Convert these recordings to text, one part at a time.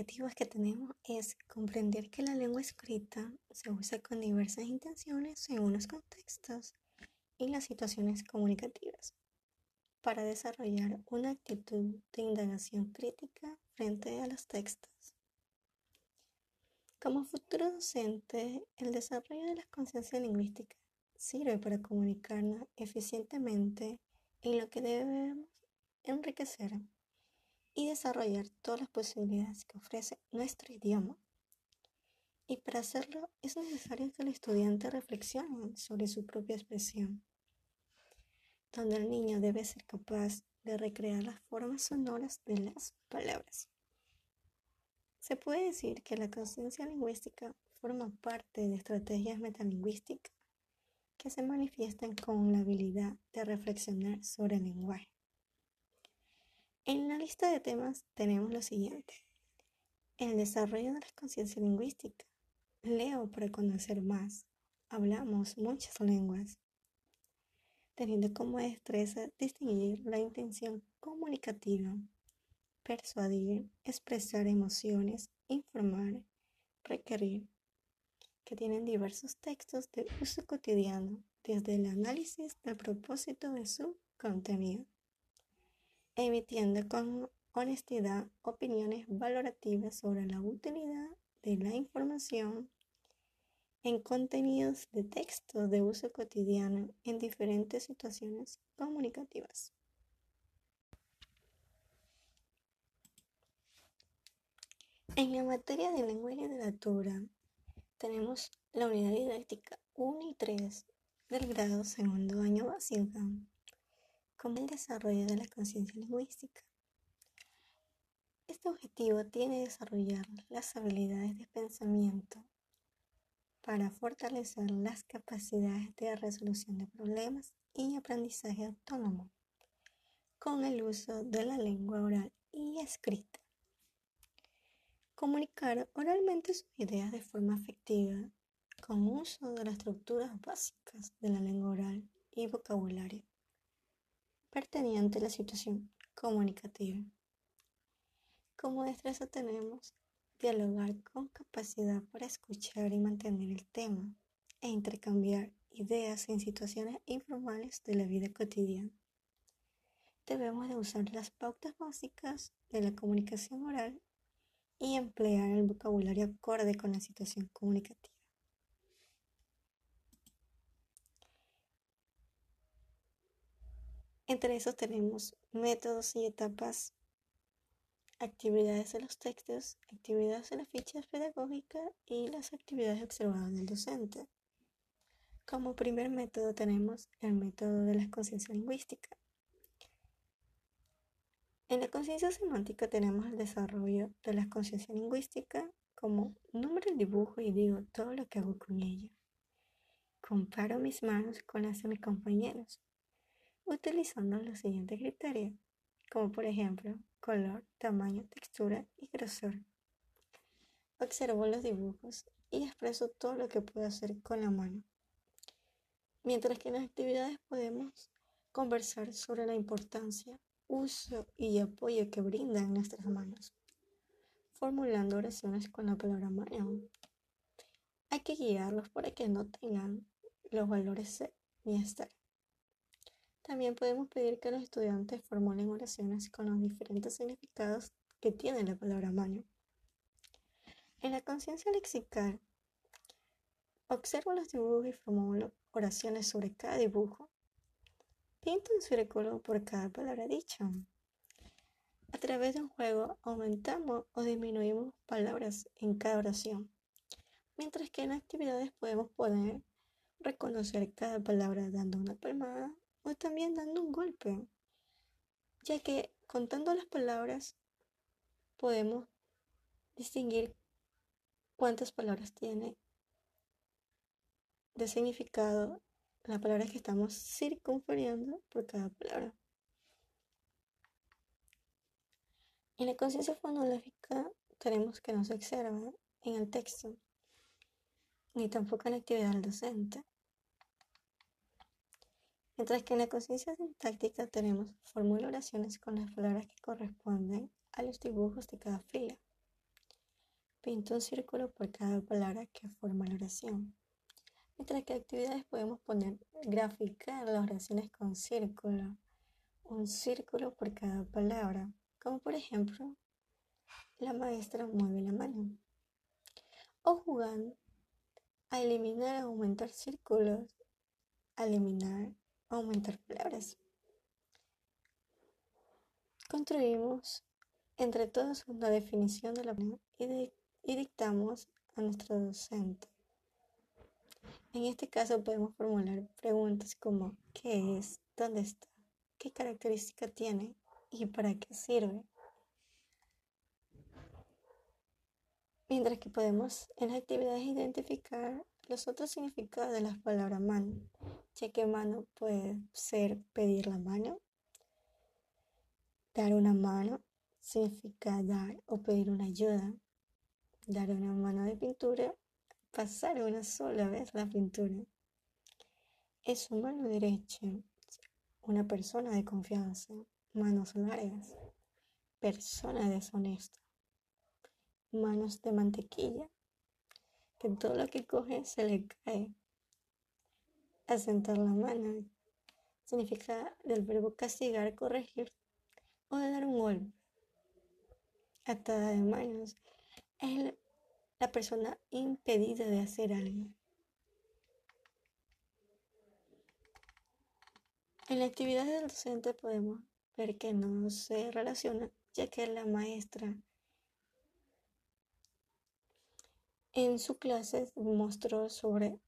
objetivos que tenemos es comprender que la lengua escrita se usa con diversas intenciones según los contextos y las situaciones comunicativas para desarrollar una actitud de indagación crítica frente a los textos. Como futuro docente, el desarrollo de la conciencia lingüística sirve para comunicarnos eficientemente en lo que debemos enriquecer y desarrollar todas las posibilidades que ofrece nuestro idioma. Y para hacerlo es necesario que el estudiante reflexione sobre su propia expresión, donde el niño debe ser capaz de recrear las formas sonoras de las palabras. Se puede decir que la conciencia lingüística forma parte de estrategias metalingüísticas que se manifiestan con la habilidad de reflexionar sobre el lenguaje. En la lista de temas tenemos lo siguiente: el desarrollo de la conciencia lingüística. Leo para conocer más. Hablamos muchas lenguas, teniendo como destreza distinguir la intención comunicativa, persuadir, expresar emociones, informar, requerir, que tienen diversos textos de uso cotidiano, desde el análisis del propósito de su contenido, emitiendo con honestidad opiniones valorativas sobre la utilidad de la información en contenidos de texto de uso cotidiano en diferentes situaciones comunicativas. En la materia de lengua y literatura tenemos la unidad didáctica 1 y 3 del grado segundo año básico, como el desarrollo de la conciencia lingüística. Este objetivo tiene que desarrollar las habilidades de pensamiento para fortalecer las capacidades de resolución de problemas y aprendizaje autónomo con el uso de la lengua oral y escrita. Comunicar oralmente sus ideas de forma efectiva con uso de las estructuras básicas de la lengua oral y vocabulario perteniente a la situación comunicativa. Como destreza tenemos dialogar con capacidad para escuchar y mantener el tema e intercambiar ideas en situaciones informales de la vida cotidiana. Debemos de usar las pautas básicas de la comunicación oral y emplear el vocabulario acorde con la situación comunicativa. Entre esos tenemos métodos y etapas, actividades de los textos, actividades de las fichas pedagógicas y las actividades observadas del docente. Como primer método tenemos el método de la conciencia lingüística. En la conciencia semántica tenemos el desarrollo de la conciencia lingüística como número el dibujo y digo todo lo que hago con ella. Comparo mis manos con las de mis compañeros, utilizando los siguientes criterios, como por ejemplo color, tamaño, textura y grosor. Observo los dibujos y expreso todo lo que puedo hacer con la mano. Mientras que en las actividades podemos conversar sobre la importancia, uso y apoyo que brindan nuestras manos, formulando oraciones con la palabra mano. Hay que guiarlos para que no tengan los valores ser ni estar. También podemos pedir que los estudiantes formulen oraciones con los diferentes significados que tiene la palabra mano. En la conciencia lexical, observo los dibujos y formulo oraciones sobre cada dibujo. Pinto un círculo por cada palabra dicha. A través de un juego aumentamos o disminuimos palabras en cada oración, mientras que en actividades podemos poder reconocer cada palabra dando una palmada o también dando un golpe, ya que contando las palabras podemos distinguir cuántas palabras tiene de significado la palabra que estamos circunfiriendo por cada palabra. En la conciencia fonológica tenemos que no se observa en el texto, ni tampoco en la actividad del docente. Mientras que en la conciencia sintáctica tenemos formula oraciones con las palabras que corresponden a los dibujos de cada fila. Pinta un círculo por cada palabra que forma la oración. Mientras que actividades podemos poner graficar las oraciones con círculo, un círculo por cada palabra, como por ejemplo, la maestra mueve la mano. O jugar a eliminar, aumentar círculos, a eliminar, aumentar palabras. Construimos entre todos una definición de la palabra y dictamos a nuestro docente. En este caso podemos formular preguntas como ¿qué es? ¿Dónde está? ¿Qué característica tiene? ¿Y para qué sirve? Mientras que podemos en las actividades identificar los otros significados de las palabras mano, ya que mano puede ser pedir la mano, dar una mano significa dar o pedir una ayuda, dar una mano de pintura, pasar una sola vez la pintura. Es su mano derecha, una persona de confianza, manos largas, persona deshonesta, manos de mantequilla, que todo lo que coge se le cae. Asentar la mano significa del verbo castigar, corregir o de dar un golpe. Atada de manos es la persona impedida de hacer algo. En la actividad del docente podemos ver que no se relaciona, ya que la maestra en su clase mostró sobre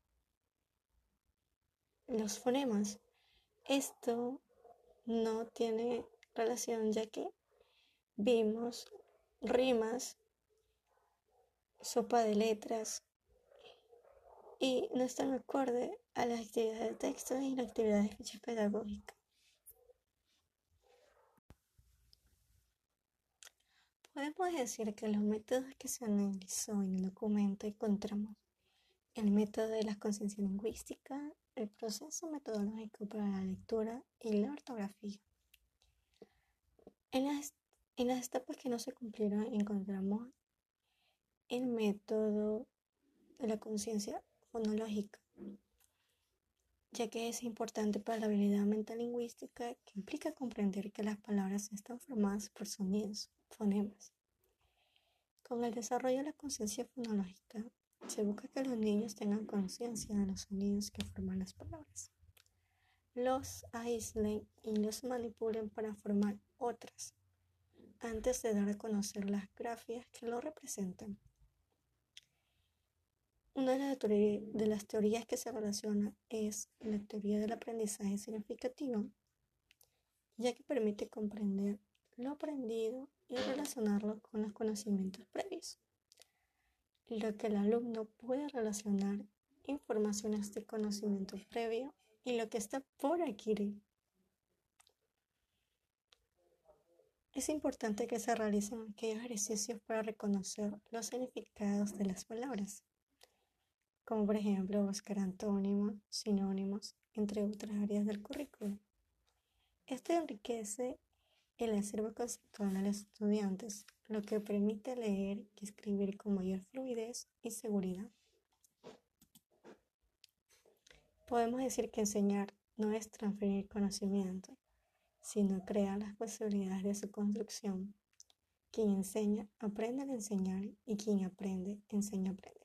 los fonemas. Esto no tiene relación, ya que vimos rimas, sopa de letras y no están acorde a las actividades de texto y las actividades de ficha pedagógica. Podemos decir que los métodos que se analizó en el documento encontramos el método de la conciencia lingüística, el proceso metodológico para la lectura y la ortografía. En las etapas que no se cumplieron encontramos el método de la conciencia fonológica, ya que es importante para la habilidad mental lingüística, que implica comprender que las palabras están formadas por sonidos, fonemas. Con el desarrollo de la conciencia fonológica, se busca que los niños tengan conciencia de los sonidos que forman las palabras, los aíslen y los manipulen para formar otras, antes de dar a conocer las grafías que lo representan. Una de las teorías que se relaciona es la teoría del aprendizaje significativo, ya que permite comprender lo aprendido y relacionarlo con los conocimientos previos, lo que el alumno puede relacionar informaciones de conocimiento previo y lo que está por adquirir. Es importante que se realicen aquellos ejercicios para reconocer los significados de las palabras, como por ejemplo buscar antónimos, sinónimos, entre otras áreas del currículo. Esto enriquece el acervo conceptual de los estudiantes, lo que permite leer y escribir con mayor fluidez y seguridad. Podemos decir que enseñar no es transferir conocimiento, sino crear las posibilidades de su construcción. Quien enseña aprende al enseñar y quien aprende enseña a aprender.